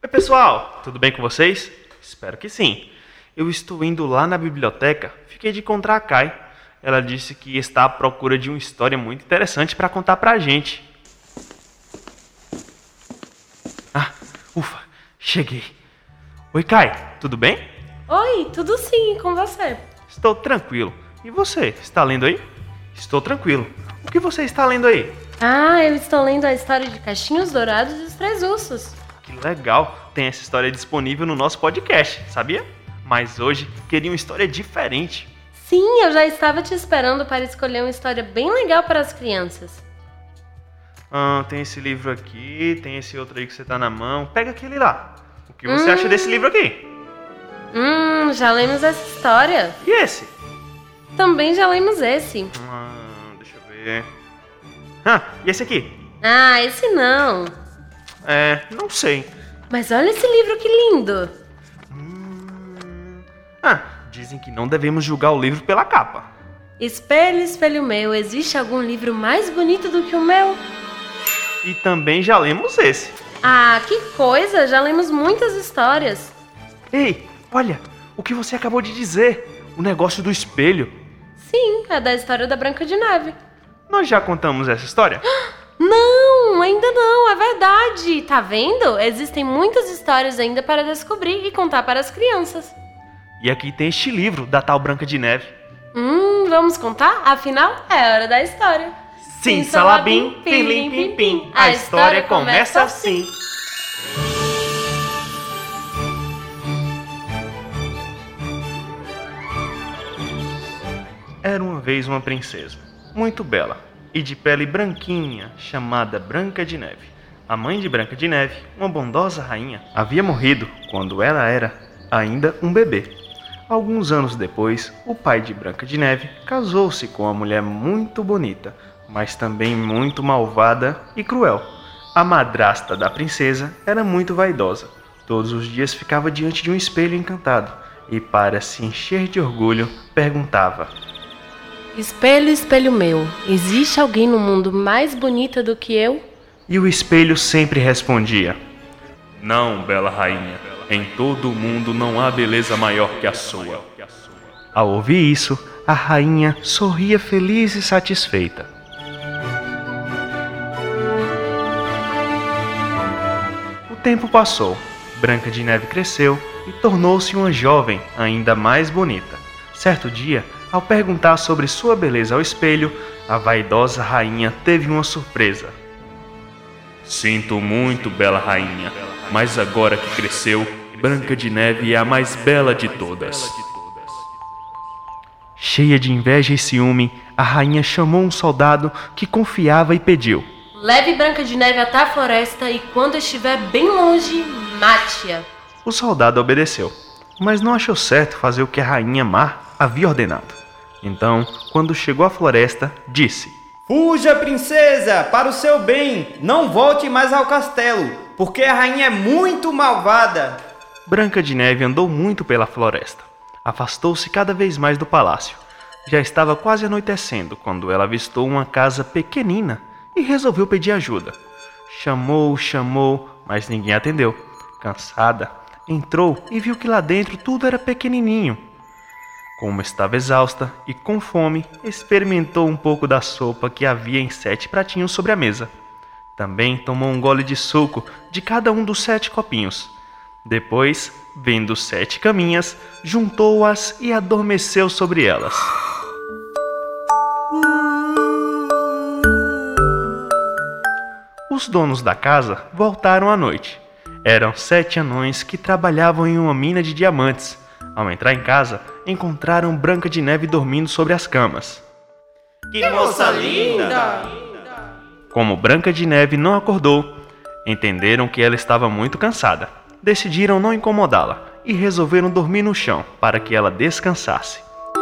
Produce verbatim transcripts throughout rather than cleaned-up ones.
Oi pessoal, tudo bem com vocês? Espero que sim. Eu estou indo lá na biblioteca, fiquei de encontrar a Kai. Ela disse que está à procura de uma história muito interessante para contar pra gente. Ah, ufa, cheguei. Oi Kai, tudo bem? Oi, tudo sim, e com você? Estou tranquilo. E você, está lendo aí? Estou tranquilo. O que você está lendo aí? Ah, eu estou lendo a história de Caixinhos Dourados e os Três Ursos. Que legal, tem essa história disponível no nosso podcast, sabia? Mas hoje queria uma história diferente. Sim, eu já estava te esperando para escolher uma história bem legal para as crianças. Ah, tem esse livro aqui, tem esse outro aí que você tá na mão. Pega aquele lá. O que você hum. acha desse livro aqui? Hum, já lemos essa história. E esse? Também já lemos esse. Ah, deixa eu ver. Ah, e esse aqui? Ah, esse não. É, não sei. Mas olha esse livro que lindo. Hum... Ah, dizem que não devemos julgar o livro pela capa. Espelho, espelho meu, existe algum livro mais bonito do que o meu? E também já lemos esse. Ah, que coisa, já lemos muitas histórias. Ei, olha, o que você acabou de dizer. O negócio do espelho. Sim, é da história da Branca de Neve. Nós já contamos essa história? Não, ainda não, é verdade. Tá vendo? Existem muitas histórias ainda para descobrir e contar para as crianças. E aqui tem este livro da tal Branca de Neve. Hum, vamos contar? Afinal, é hora da história. Sim, salabim, pilim, pim, pim. A história começa assim. Era uma vez uma princesa, muito bela, e de pele branquinha, chamada Branca de Neve. A mãe de Branca de Neve, uma bondosa rainha, havia morrido quando ela era ainda um bebê. Alguns anos depois, o pai de Branca de Neve casou-se com uma mulher muito bonita, mas também muito malvada e cruel. A madrasta da princesa era muito vaidosa. Todos os dias ficava diante de um espelho encantado e, para se encher de orgulho, perguntava: Espelho, espelho meu, existe alguém no mundo mais bonita do que eu? E o espelho sempre respondia: Não, bela rainha, em todo o mundo não há beleza maior que a sua. Ao ouvir isso, a rainha sorria feliz e satisfeita. O tempo passou, Branca de Neve cresceu e tornou-se uma jovem ainda mais bonita. Certo dia, ao perguntar sobre sua beleza ao espelho, a vaidosa rainha teve uma surpresa. Sinto muito, bela rainha, mas agora que cresceu, Branca de Neve é a mais bela de todas. Cheia de inveja e ciúme, a rainha chamou um soldado que confiava e pediu: Leve Branca de Neve até a floresta e quando estiver bem longe, mate-a. O soldado obedeceu, mas não achou certo fazer o que a rainha má havia ordenado. Então, quando chegou à floresta, disse: Fuja, princesa, para o seu bem, não volte mais ao castelo, porque a rainha é muito malvada. Branca de Neve andou muito pela floresta. Afastou-se cada vez mais do palácio. Já estava quase anoitecendo quando ela avistou uma casa pequenina e resolveu pedir ajuda. Chamou, chamou, mas ninguém atendeu. Cansada, entrou e viu que lá dentro tudo era pequenininho. Como estava exausta e com fome, experimentou um pouco da sopa que havia em sete pratinhos sobre a mesa. Também tomou um gole de suco de cada um dos sete copinhos. Depois, vendo sete caminhas, juntou-as e adormeceu sobre elas. Os donos da casa voltaram à noite. Eram sete anões que trabalhavam em uma mina de diamantes. Ao entrar em casa, encontraram Branca de Neve dormindo sobre as camas. Que moça linda! Como Branca de Neve não acordou, entenderam que ela estava muito cansada. Decidiram não incomodá-la e resolveram dormir no chão para que ela descansasse.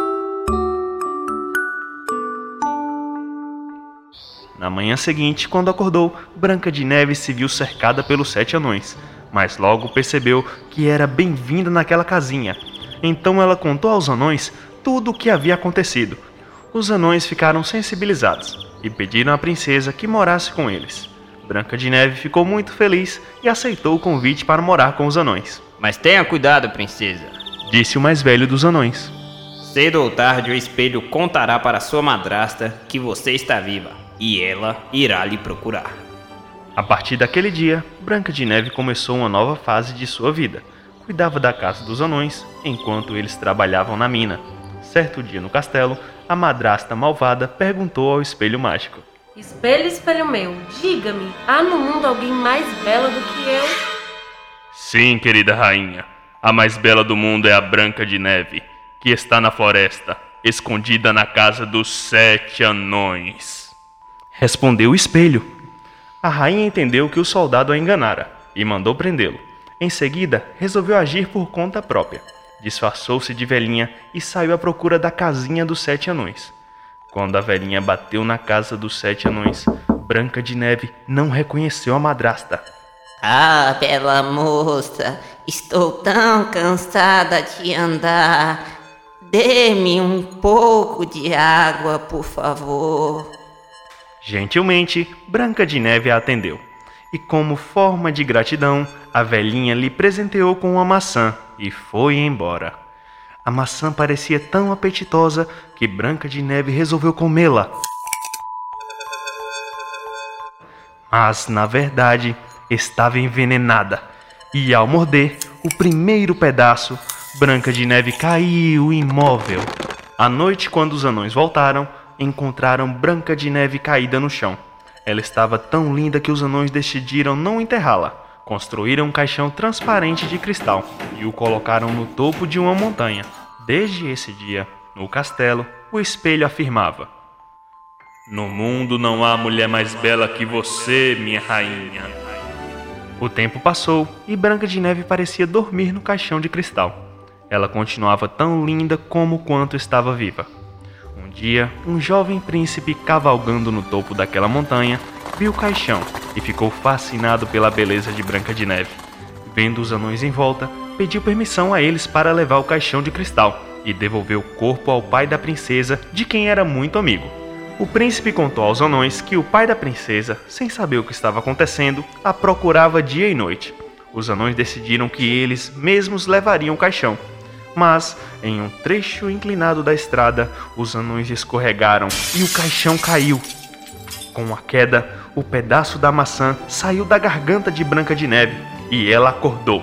Na manhã seguinte, quando acordou, Branca de Neve se viu cercada pelos sete anões, mas logo percebeu que era bem-vinda naquela casinha. Então ela contou aos anões tudo o que havia acontecido. Os anões ficaram sensibilizados e pediram à princesa que morasse com eles. Branca de Neve ficou muito feliz e aceitou o convite para morar com os anões. Mas tenha cuidado, princesa, disse o mais velho dos anões. Cedo ou tarde o espelho contará para sua madrasta que você está viva, e ela irá lhe procurar. A partir daquele dia, Branca de Neve começou uma nova fase de sua vida. Cuidava da casa dos anões, enquanto eles trabalhavam na mina. Certo dia no castelo, a madrasta malvada perguntou ao espelho mágico. Espelho, espelho meu, diga-me, há no mundo alguém mais bela do que eu? Sim, querida rainha. A mais bela do mundo é a Branca de Neve, que está na floresta, escondida na casa dos sete anões. Respondeu o espelho. A rainha entendeu que o soldado a enganara e mandou prendê-lo. Em seguida, resolveu agir por conta própria. Disfarçou-se de velhinha e saiu à procura da casinha dos sete anões. Quando a velhinha bateu na casa dos sete anões, Branca de Neve não reconheceu a madrasta. Ah, bela moça, estou tão cansada de andar. Dê-me um pouco de água, por favor. Gentilmente, Branca de Neve a atendeu. E como forma de gratidão, a velhinha lhe presenteou com uma maçã e foi embora. A maçã parecia tão apetitosa que Branca de Neve resolveu comê-la. Mas, na verdade, estava envenenada. E ao morder o primeiro pedaço, Branca de Neve caiu imóvel. À noite, quando os anões voltaram, encontraram Branca de Neve caída no chão. Ela estava tão linda que os anões decidiram não enterrá-la. Construíram um caixão transparente de cristal e o colocaram no topo de uma montanha. Desde esse dia, no castelo, o espelho afirmava: No mundo não há mulher mais bela que você, minha rainha. O tempo passou e Branca de Neve parecia dormir no caixão de cristal. Ela continuava tão linda como quanto estava viva. Um dia, um jovem príncipe cavalgando no topo daquela montanha viu o caixão e ficou fascinado pela beleza de Branca de Neve. Vendo os anões em volta, pediu permissão a eles para levar o caixão de cristal e devolveu o corpo ao pai da princesa, de quem era muito amigo. O príncipe contou aos anões que o pai da princesa, sem saber o que estava acontecendo, a procurava dia e noite. Os anões decidiram que eles mesmos levariam o caixão. Mas, em um trecho inclinado da estrada, os anões escorregaram e o caixão caiu. Com a queda, o pedaço da maçã saiu da garganta de Branca de Neve e ela acordou.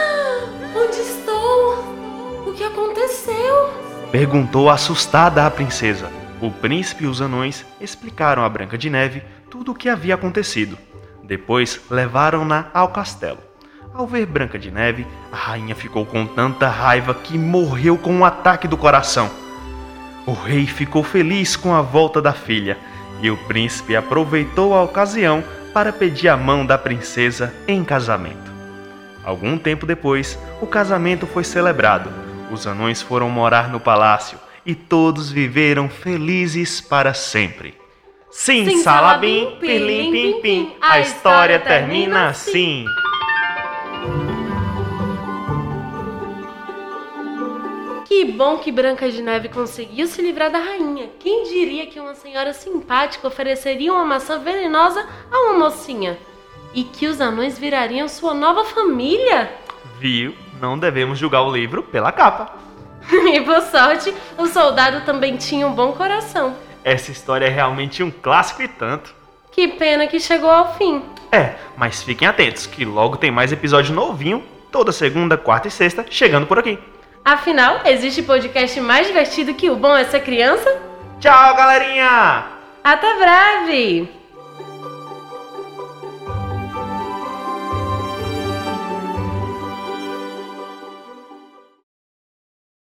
Onde estou? O que aconteceu? Perguntou assustada a princesa. O príncipe e os anões explicaram a Branca de Neve tudo o que havia acontecido. Depois levaram-na ao castelo. Ao ver Branca de Neve, a rainha ficou com tanta raiva que morreu com um ataque do coração. O rei ficou feliz com a volta da filha e o príncipe aproveitou a ocasião para pedir a mão da princesa em casamento. Algum tempo depois, o casamento foi celebrado. Os anões foram morar no palácio e todos viveram felizes para sempre. Sim, Sim salabim, pilim, pim, pim, a história termina assim. Que bom que Branca de Neve conseguiu se livrar da rainha. Quem diria que uma senhora simpática ofereceria uma maçã venenosa a uma mocinha? E que os anões virariam sua nova família? Viu? Não devemos julgar o livro pela capa. E por sorte, o soldado também tinha um bom coração. Essa história é realmente um clássico e tanto. Que pena que chegou ao fim. É, mas fiquem atentos que logo tem mais episódio novinho, toda segunda, quarta e sexta, chegando por aqui. Afinal, existe podcast mais divertido que O Bom é Ser Criança? Tchau, galerinha! Até breve!